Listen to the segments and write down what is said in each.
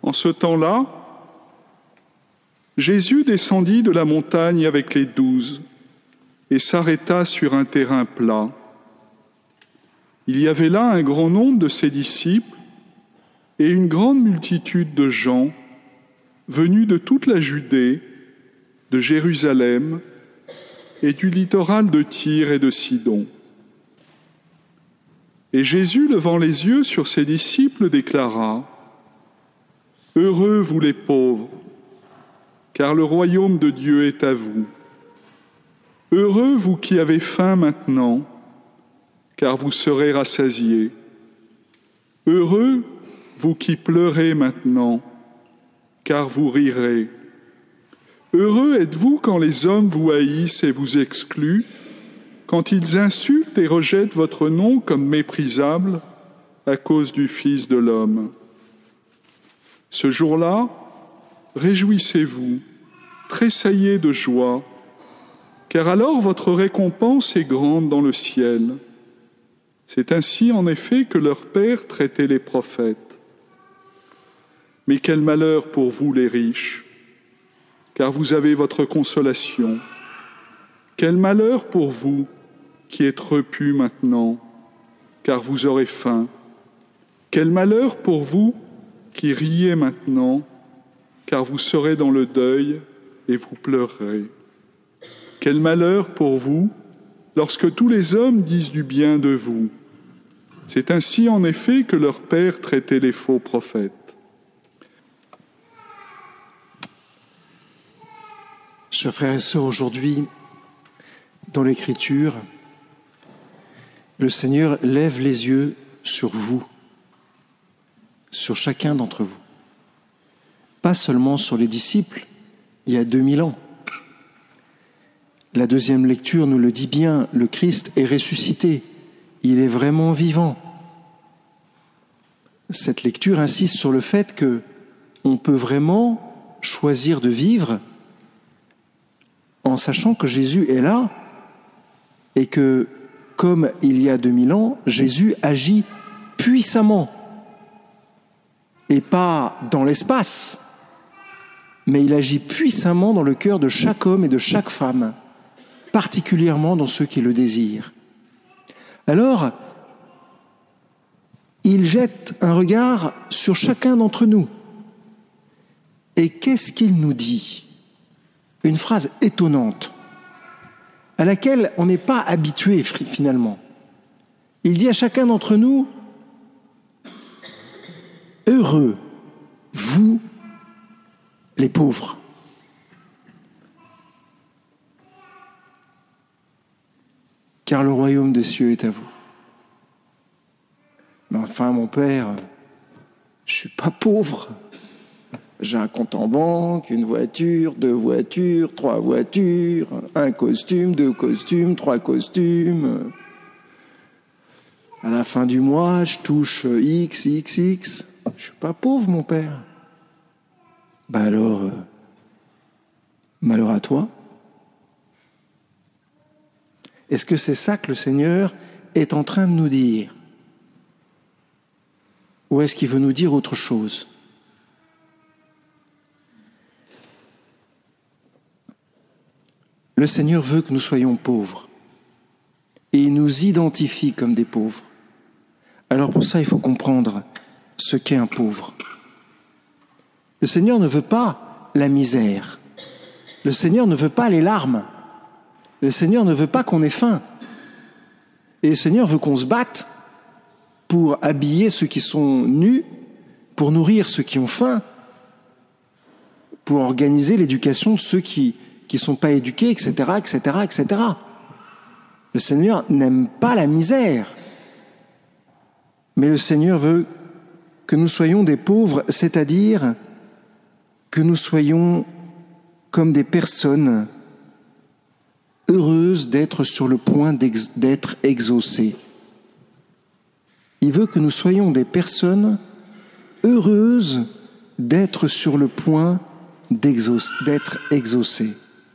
En ce temps-là, Jésus descendit de la montagne avec les 12 et s'arrêta sur un terrain plat. Il y avait là un grand nombre de ses disciples et une grande multitude de gens venus de toute la Judée, de Jérusalem et du littoral de Tyr et de Sidon. Et Jésus, levant les yeux sur ses disciples, déclara : « Heureux vous les pauvres, car le royaume de Dieu est à vous. Heureux vous qui avez faim maintenant, car vous serez rassasiés. Heureux vous qui pleurez maintenant, car vous rirez. Heureux êtes-vous quand les hommes vous haïssent et vous excluent, quand ils insultent et rejettent votre nom comme méprisable à cause du Fils de l'homme. Ce jour-là, réjouissez-vous, tressaillez de joie, car alors votre récompense est grande dans le ciel. C'est ainsi en effet que leur Père traitait les prophètes. Mais quel malheur pour vous les riches, car vous avez votre consolation. Quel malheur pour vous qui êtes repus maintenant, car vous aurez faim. Quel malheur pour vous qui riez maintenant, car vous serez dans le deuil et vous pleurerez. Quel malheur pour vous lorsque tous les hommes disent du bien de vous. C'est ainsi en effet que leur Père traitait les faux prophètes. Chers frères et sœurs, aujourd'hui, dans l'Écriture, le Seigneur lève les yeux sur vous, sur chacun d'entre vous. Pas seulement sur les disciples, il y a 2000 ans. La deuxième lecture nous le dit bien, le Christ est ressuscité, il est vraiment vivant. Cette lecture insiste sur le fait qu'on peut vraiment choisir de vivre en sachant que Jésus est là et que, comme il y a 2000 ans, Jésus agit puissamment et pas dans l'espace, mais il agit puissamment dans le cœur de chaque homme et de chaque femme, particulièrement dans ceux qui le désirent. Alors, il jette un regard sur chacun d'entre nous. Et qu'est-ce qu'il nous dit ? Une phrase étonnante, à laquelle on n'est pas habitué finalement. Il dit à chacun d'entre nous, « Heureux, vous, les pauvres. » Car le royaume des cieux est à vous. Mais enfin, mon père, je ne suis pas pauvre. J'ai un compte en banque, une voiture, 2 voitures, 3 voitures, un costume, 2 costumes, 3 costumes. À la fin du mois, je touche X. Je ne suis pas pauvre, mon père. Ben alors, malheur à toi. Est-ce que c'est ça que le Seigneur est en train de nous dire ? Ou est-ce qu'il veut nous dire autre chose ? Le Seigneur veut que nous soyons pauvres et il nous identifie comme des pauvres. Alors pour ça, il faut comprendre ce qu'est un pauvre. Le Seigneur ne veut pas la misère. Le Seigneur ne veut pas les larmes. Le Seigneur ne veut pas qu'on ait faim. Et le Seigneur veut qu'on se batte pour habiller ceux qui sont nus, pour nourrir ceux qui ont faim, pour organiser l'éducation de ceux qui ne sont pas éduqués, etc., etc., etc. Le Seigneur n'aime pas la misère. Mais le Seigneur veut que nous soyons des pauvres, c'est-à-dire que nous soyons comme des personnes heureuses d'être sur le point d'être exaucées. Il veut que nous soyons des personnes heureuses d'être sur le point d'être exaucées.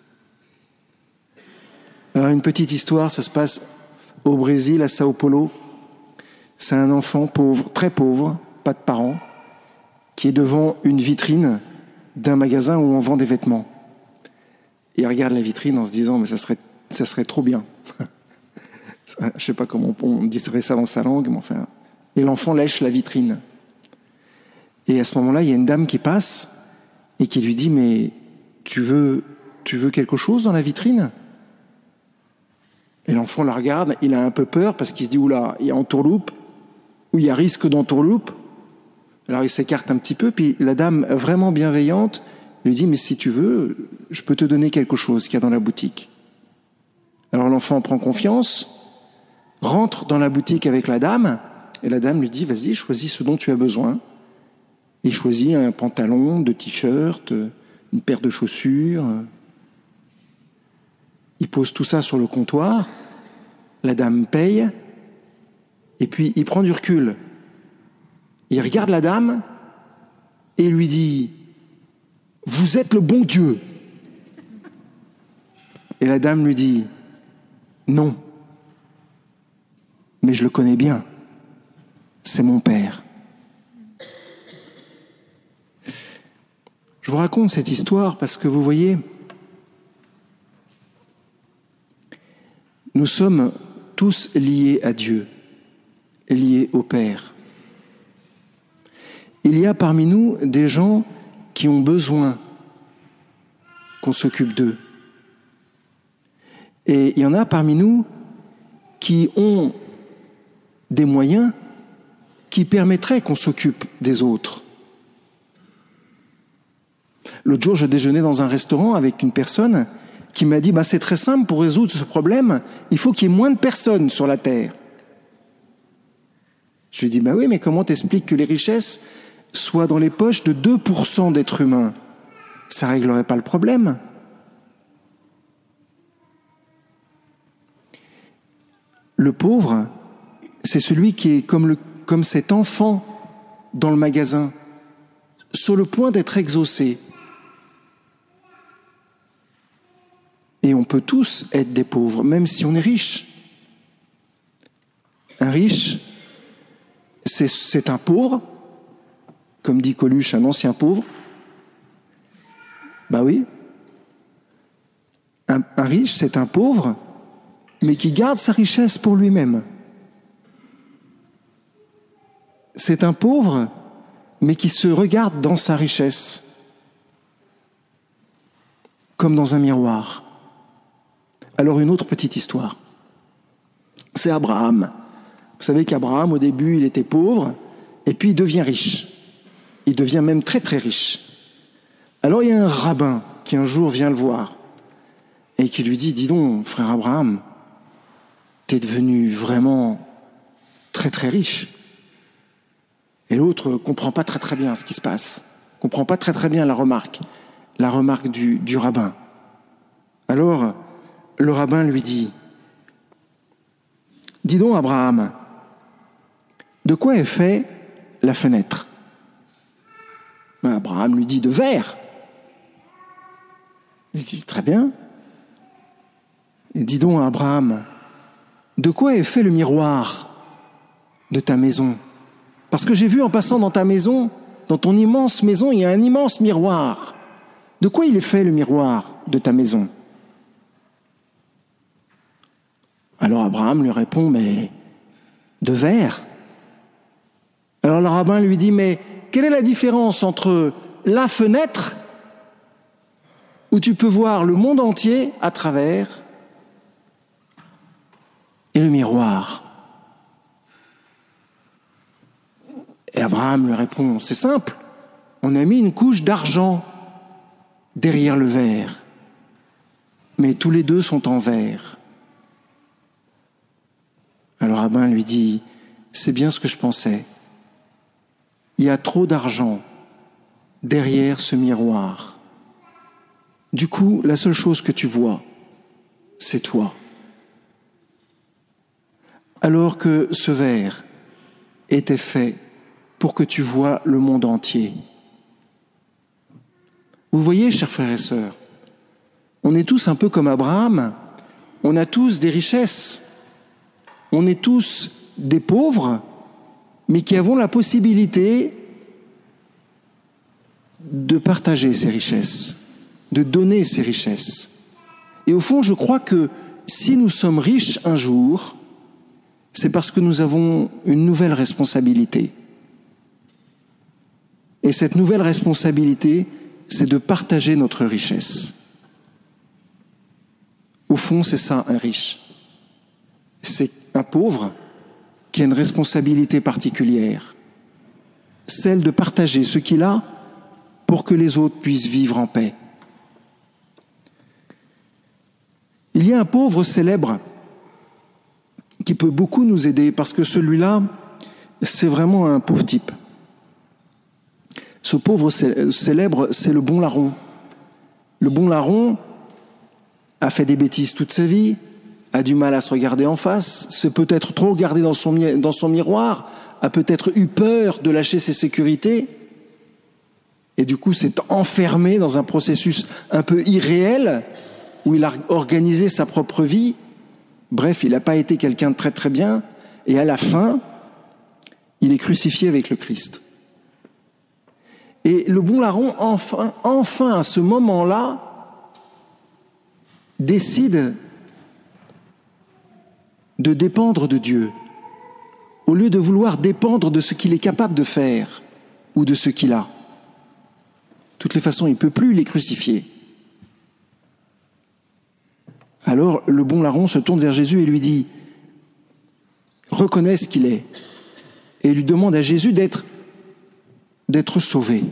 Alors une petite histoire, ça se passe au Brésil, à Sao Paulo. C'est un enfant pauvre, très pauvre, pas de parents, qui est devant une vitrine d'un magasin où on vend des vêtements. Et il regarde la vitrine en se disant « mais ça serait trop bien ». Je ne sais pas comment on dirait ça dans sa langue, mais enfin... Et l'enfant lèche la vitrine. Et à ce moment-là, il y a une dame qui passe et qui lui dit « mais tu veux quelque chose dans la vitrine ?» Et l'enfant la regarde, il a un peu peur parce qu'il se dit « oula, il y a entourloupe, ou il y a risque d'entourloupe ». Alors il s'écarte un petit peu, puis la dame, vraiment bienveillante, lui dit « mais si tu veux, je peux te donner quelque chose qu'il y a dans la boutique ». Alors l'enfant prend confiance, rentre dans la boutique avec la dame, et la dame lui dit « vas-y, choisis ce dont tu as besoin ». Il choisit un pantalon, 2 t-shirts, une paire de chaussures. Il pose tout ça sur le comptoir, la dame paye, et puis il prend du recul. Il regarde la dame et lui dit « vous êtes le bon Dieu ». Et la dame lui dit « non, mais je le connais bien, c'est mon père ». Je vous raconte cette histoire parce que vous voyez, nous sommes tous liés à Dieu, liés au Père. Il y a parmi nous des gens qui ont besoin qu'on s'occupe d'eux. Et il y en a parmi nous qui ont des moyens qui permettraient qu'on s'occupe des autres. L'autre jour, je déjeunais dans un restaurant avec une personne qui m'a dit « c'est très simple, pour résoudre ce problème, il faut qu'il y ait moins de personnes sur la Terre. » Je lui ai dit « oui, mais comment t'expliques que les richesses soient dans les poches de 2% d'êtres humains ? Ça ne réglerait pas le problème. » Le pauvre, c'est celui qui est comme cet enfant dans le magasin, sur le point d'être exaucé. Et on peut tous être des pauvres, même si on est riche. Un riche, c'est un pauvre, comme dit Coluche, un ancien pauvre. Oui. Un riche, c'est un pauvre, mais qui garde sa richesse pour lui-même. C'est un pauvre, mais qui se regarde dans sa richesse, comme dans un miroir. Alors une autre petite histoire, c'est Abraham. Vous savez qu'Abraham, au début, il était pauvre, et puis il devient riche. Il devient même très très riche. Alors il y a un rabbin qui un jour vient le voir, et qui lui dit « dis donc, frère Abraham, t'es devenu vraiment très très riche. » Et l'autre ne comprend pas très très bien ce qui se passe, ne comprend pas très très bien la remarque du rabbin. Alors, le rabbin lui dit « dis donc Abraham, de quoi est fait la fenêtre ?» Abraham lui dit « de verre. » Il dit « très bien. » Et dis donc Abraham, de quoi est fait le miroir de ta maison ? Parce que j'ai vu en passant dans ta maison, dans ton immense maison, il y a un immense miroir. De quoi il est fait le miroir de ta maison ? Alors Abraham lui répond, mais de verre. Alors le rabbin lui dit, mais quelle est la différence entre la fenêtre, où tu peux voir le monde entier à travers, et le miroir ? Et Abraham lui répond, c'est simple, on a mis une couche d'argent derrière le verre, mais tous les deux sont en verre. Alors le rabbin lui dit, c'est bien ce que je pensais. Il y a trop d'argent derrière ce miroir. Du coup, la seule chose que tu vois, c'est toi. Alors que ce verre était fait pour que tu vois le monde entier. Vous voyez, chers frères et sœurs, on est tous un peu comme Abraham, on a tous des richesses, on est tous des pauvres, mais qui avons la possibilité de partager ses richesses, de donner ses richesses. Et au fond, je crois que si nous sommes riches un jour, c'est parce que nous avons une nouvelle responsabilité. Et cette nouvelle responsabilité, c'est de partager notre richesse. Au fond, c'est ça, un riche. C'est un pauvre qui a une responsabilité particulière, celle de partager ce qu'il a pour que les autres puissent vivre en paix. Il y a un pauvre célèbre qui peut beaucoup nous aider parce que celui-là, c'est vraiment un pauvre type. Ce pauvre célèbre, c'est le bon larron. Le bon larron a fait des bêtises toute sa vie, a du mal à se regarder en face, s'est peut-être trop regardé dans son miroir, a peut-être eu peur de lâcher ses sécurités, et du coup s'est enfermé dans un processus un peu irréel, où il a organisé sa propre vie. Bref, il n'a pas été quelqu'un de très très bien, et à la fin, il est crucifié avec le Christ. Et le bon larron, enfin à ce moment-là, décide de dépendre de Dieu, au lieu de vouloir dépendre de ce qu'il est capable de faire ou de ce qu'il a. De toutes les façons, il ne peut plus les crucifier. Alors le bon larron se tourne vers Jésus et lui dit « Reconnais ce qu'il est » et lui demande à Jésus d'être sauvé.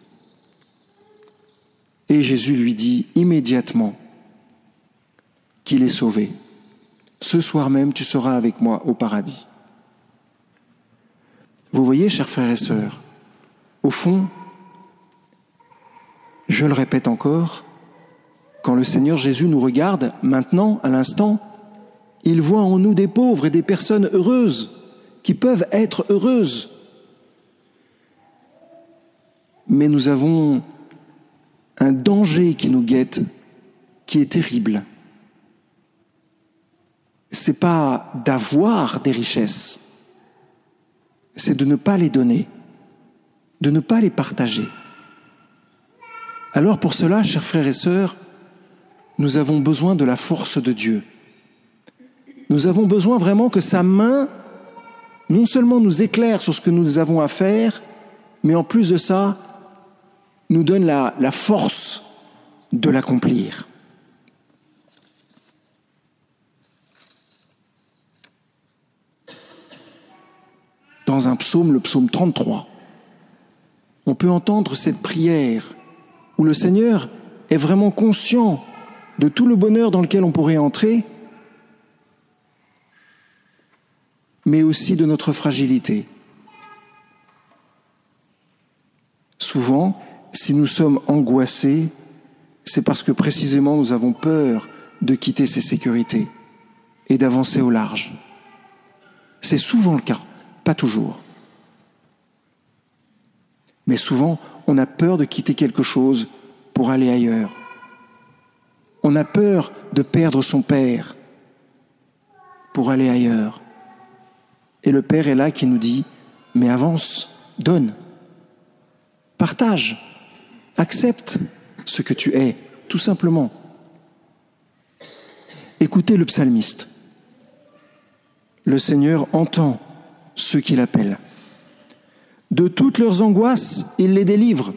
Et Jésus lui dit immédiatement qu'il est sauvé. Ce soir même, tu seras avec moi au paradis. Vous voyez, chers frères et sœurs, au fond, je le répète encore, quand le Seigneur Jésus nous regarde, maintenant, à l'instant, il voit en nous des pauvres et des personnes heureuses, qui peuvent être heureuses. Mais nous avons un danger qui nous guette, qui est terrible. C'est pas d'avoir des richesses, c'est de ne pas les donner, de ne pas les partager. Alors pour cela, chers frères et sœurs, nous avons besoin de la force de Dieu. Nous avons besoin vraiment que sa main, non seulement nous éclaire sur ce que nous avons à faire, mais en plus de ça, nous donne la force de l'accomplir. Dans un psaume, le psaume 33, on peut entendre cette prière où le Seigneur est vraiment conscient de tout le bonheur dans lequel on pourrait entrer, mais aussi de notre fragilité. Souvent, si nous sommes angoissés, c'est parce que précisément nous avons peur de quitter ces sécurités et d'avancer au large. C'est souvent le cas, pas toujours. Mais souvent, on a peur de quitter quelque chose pour aller ailleurs. On a peur de perdre son père pour aller ailleurs. Et le Père est là qui nous dit « Mais avance, donne, partage, accepte ce que tu es, tout simplement. » Écoutez le psalmiste. Le Seigneur entend ceux qui l'appellent. De toutes leurs angoisses, il les délivre.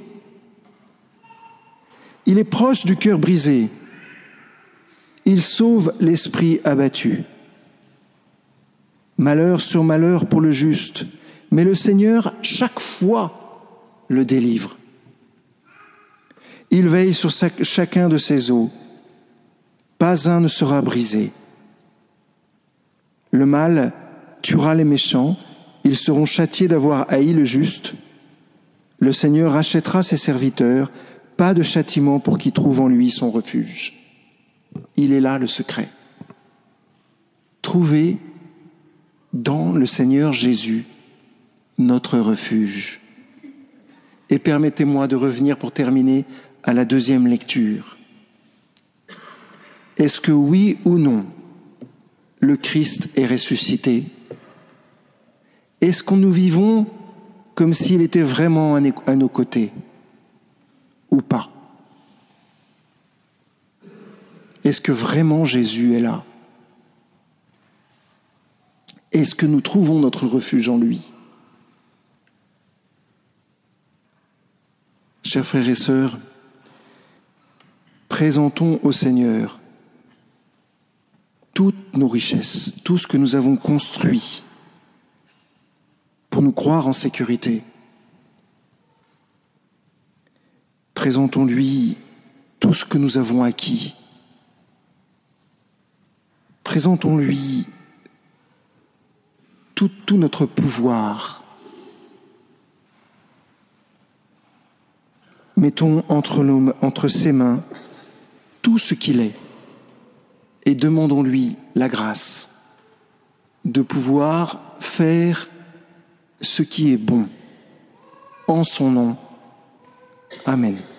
Il est proche du cœur brisé. Il sauve l'esprit abattu. Malheur sur malheur pour le juste, mais le Seigneur, chaque fois, le délivre. Il veille sur chacun de ses os. Pas un ne sera brisé. Le mal tuera les méchants. Ils seront châtiés d'avoir haï le juste. Le Seigneur rachètera ses serviteurs. Pas de châtiment pour qui trouve en lui son refuge. Il est là le secret. Trouvez dans le Seigneur Jésus notre refuge. Et permettez-moi de revenir pour terminer à la deuxième lecture. Est-ce que oui ou non, le Christ est ressuscité? Est-ce que nous vivons comme s'il était vraiment à nos côtés? ou pas? Est-ce que vraiment Jésus est là? Est-ce que nous trouvons notre refuge en lui? Chers frères et sœurs, présentons au Seigneur toutes nos richesses, tout ce que nous avons construit pour nous croire en sécurité. Présentons-lui tout ce que nous avons acquis. Présentons-lui tout notre pouvoir. Mettons entre ses mains tout ce qu'il est et demandons-lui la grâce de pouvoir faire ce qui est bon en son nom. Amen.